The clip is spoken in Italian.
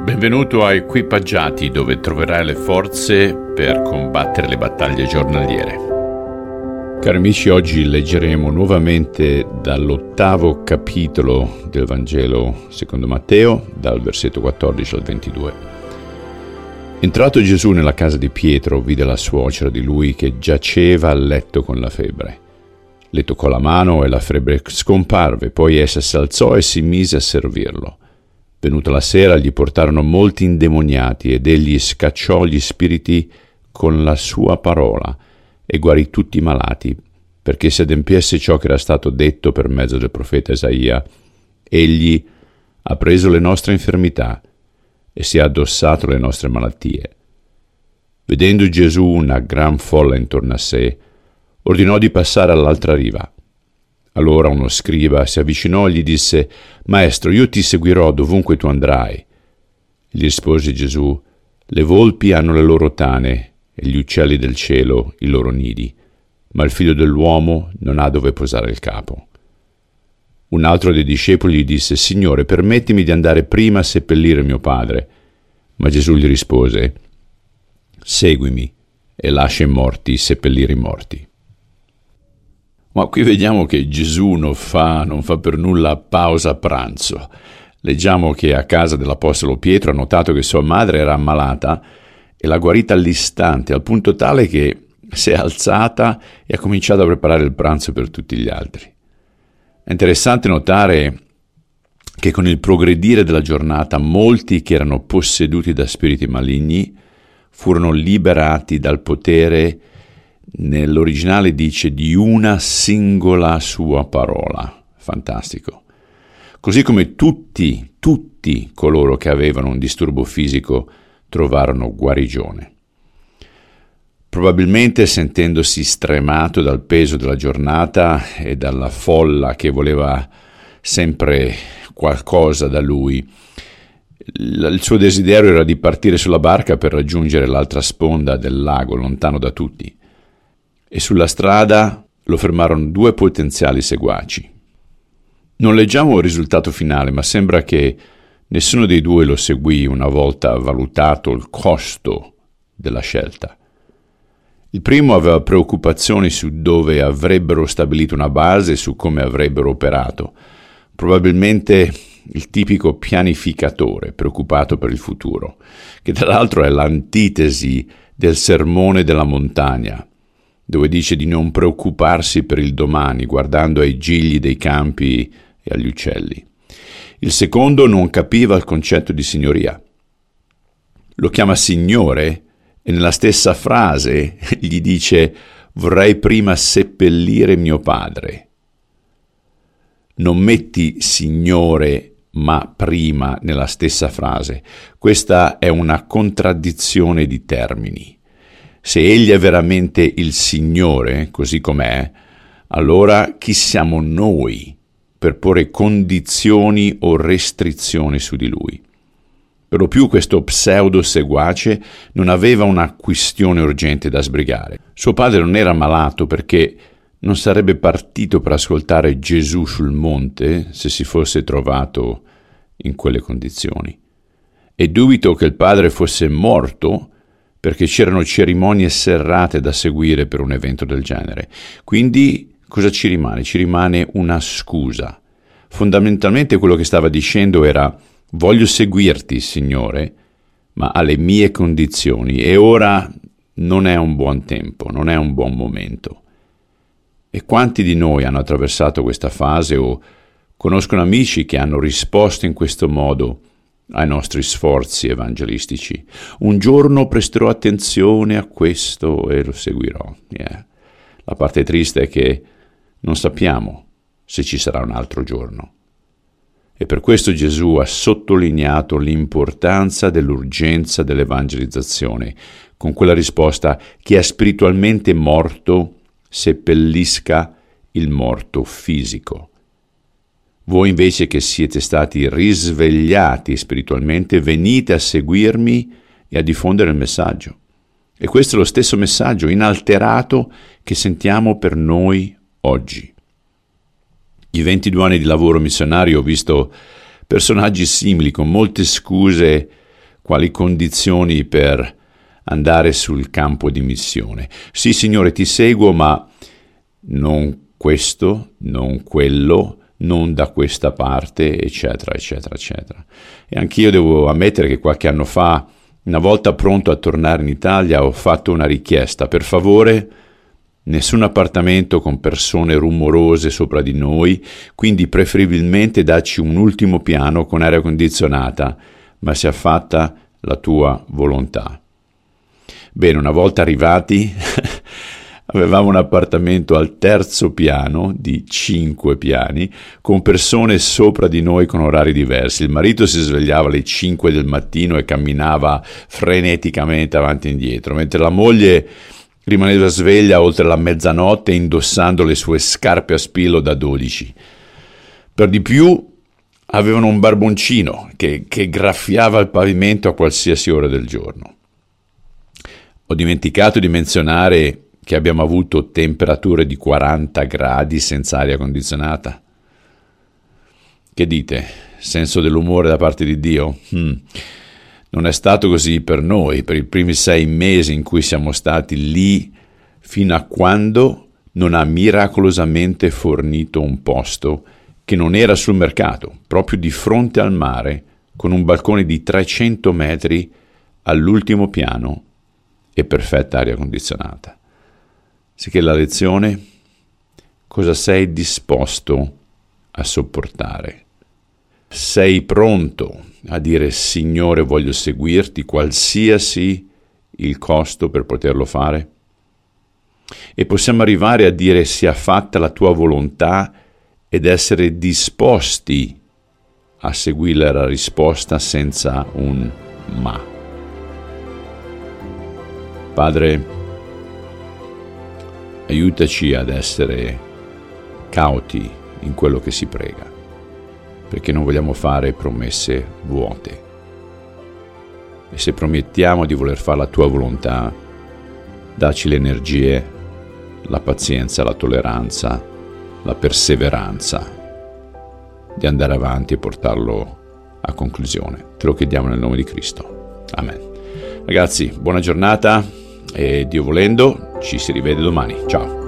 Benvenuto a Equipaggiati, dove troverai le forze per combattere le battaglie giornaliere. Cari amici, oggi leggeremo nuovamente dall'8° capitolo del Vangelo secondo Matteo, dal versetto 14 al 22. Entrato Gesù nella casa di Pietro, vide la suocera di lui che giaceva a letto con la febbre. Le toccò la mano e la febbre scomparve, poi essa si alzò e si mise a servirlo. Venuta la sera gli portarono molti indemoniati ed egli scacciò gli spiriti con la sua parola e guarì tutti i malati, perché si adempiesse ciò che era stato detto per mezzo del profeta Isaia. Egli ha preso le nostre infermità e si è addossato le nostre malattie. Vedendo Gesù una gran folla intorno a sé, ordinò di passare all'altra riva. Allora uno scriba si avvicinò e gli disse: «Maestro, io ti seguirò dovunque tu andrai». Gli rispose Gesù: «Le volpi hanno le loro tane e gli uccelli del cielo i loro nidi, ma il figlio dell'uomo non ha dove posare il capo». Un altro dei discepoli gli disse: «Signore, permettimi di andare prima a seppellire mio padre». Ma Gesù gli rispose: «Seguimi e lascia i morti seppellire i morti». Ma qui vediamo che Gesù non fa per nulla pausa a pranzo. Leggiamo che a casa dell'Apostolo Pietro ha notato che sua madre era ammalata e l'ha guarita all'istante, al punto tale che si è alzata e ha cominciato a preparare il pranzo per tutti gli altri. È interessante notare che con il progredire della giornata molti che erano posseduti da spiriti maligni furono liberati dal potere. Nell'originale dice di una singola sua parola. Fantastico. Così come tutti coloro che avevano un disturbo fisico trovarono guarigione. Probabilmente sentendosi stremato dal peso della giornata e dalla folla che voleva sempre qualcosa da lui, il suo desiderio era di partire sulla barca per raggiungere l'altra sponda del lago, lontano da tutti. E sulla strada lo fermarono 2 potenziali seguaci. Non leggiamo il risultato finale, ma sembra che nessuno dei 2 lo seguì una volta valutato il costo della scelta. Il primo aveva preoccupazioni su dove avrebbero stabilito una base e su come avrebbero operato. Probabilmente il tipico pianificatore preoccupato per il futuro, che tra l'altro è l'antitesi del sermone della montagna, dove dice di non preoccuparsi per il domani, guardando ai gigli dei campi e agli uccelli. Il secondo non capiva il concetto di signoria. Lo chiama Signore e nella stessa frase gli dice: «Vorrei prima seppellire mio padre». Non metti Signore ma prima nella stessa frase. Questa è una contraddizione di termini. Se Egli è veramente il Signore, così com'è, allora chi siamo noi per porre condizioni o restrizioni su di Lui? Per lo più questo pseudo-seguace non aveva una questione urgente da sbrigare. Suo padre non era malato perché non sarebbe partito per ascoltare Gesù sul monte se si fosse trovato in quelle condizioni. E dubito che il padre fosse morto perché c'erano cerimonie serrate da seguire per un evento del genere. Quindi cosa ci rimane? Ci rimane una scusa. Fondamentalmente quello che stava dicendo era: voglio seguirti, Signore, ma alle mie condizioni, e ora non è un buon tempo, non è un buon momento. E quanti di noi hanno attraversato questa fase o conoscono amici che hanno risposto in questo modo ai nostri sforzi evangelistici? Un giorno presterò attenzione a questo e lo seguirò. La parte triste è che non sappiamo se ci sarà un altro giorno. E per questo Gesù ha sottolineato l'importanza dell'urgenza dell'evangelizzazione con quella risposta: chi è spiritualmente morto seppellisca il morto fisico. Voi invece che siete stati risvegliati spiritualmente, venite a seguirmi e a diffondere il messaggio. E questo è lo stesso messaggio inalterato che sentiamo per noi oggi. I 22 anni di lavoro missionario ho visto personaggi simili con molte scuse quali condizioni per andare sul campo di missione. Sì, Signore, ti seguo, ma non questo, non quello, non da questa parte, eccetera, eccetera, eccetera. E anch'io devo ammettere che qualche anno fa, una volta pronto a tornare in Italia, ho fatto una richiesta: per favore, nessun appartamento con persone rumorose sopra di noi, quindi preferibilmente dacci un ultimo piano con aria condizionata, ma sia fatta la tua volontà. Bene, una volta arrivati avevamo un appartamento al 3° piano di 5 piani con persone sopra di noi con orari diversi. Il marito si svegliava alle 5 del mattino e camminava freneticamente avanti e indietro, mentre la moglie rimaneva sveglia oltre la mezzanotte indossando le sue scarpe a spillo da 12. Per di più avevano un barboncino che graffiava il pavimento a qualsiasi ora del giorno. Ho dimenticato di menzionare che abbiamo avuto temperature di 40 gradi senza aria condizionata. Che dite? Senso dell'umore da parte di Dio? Non è stato così per noi, per i primi 6 mesi in cui siamo stati lì, fino a quando non ha miracolosamente fornito un posto che non era sul mercato, proprio di fronte al mare, con un balcone di 300 metri all'ultimo piano e perfetta aria condizionata. Sicché la lezione: cosa sei disposto a sopportare? Sei pronto a dire: Signore, voglio seguirti, qualsiasi il costo per poterlo fare? E possiamo arrivare a dire: sia fatta la tua volontà, ed essere disposti a seguire la risposta senza un ma. Padre, aiutaci ad essere cauti in quello che si prega, perché non vogliamo fare promesse vuote. E se promettiamo di voler fare la tua volontà, dacci le energie, la pazienza, la tolleranza, la perseveranza di andare avanti e portarlo a conclusione. Te lo chiediamo nel nome di Cristo. Amen. Ragazzi, buona giornata e Dio volendo ci si rivede domani. Ciao.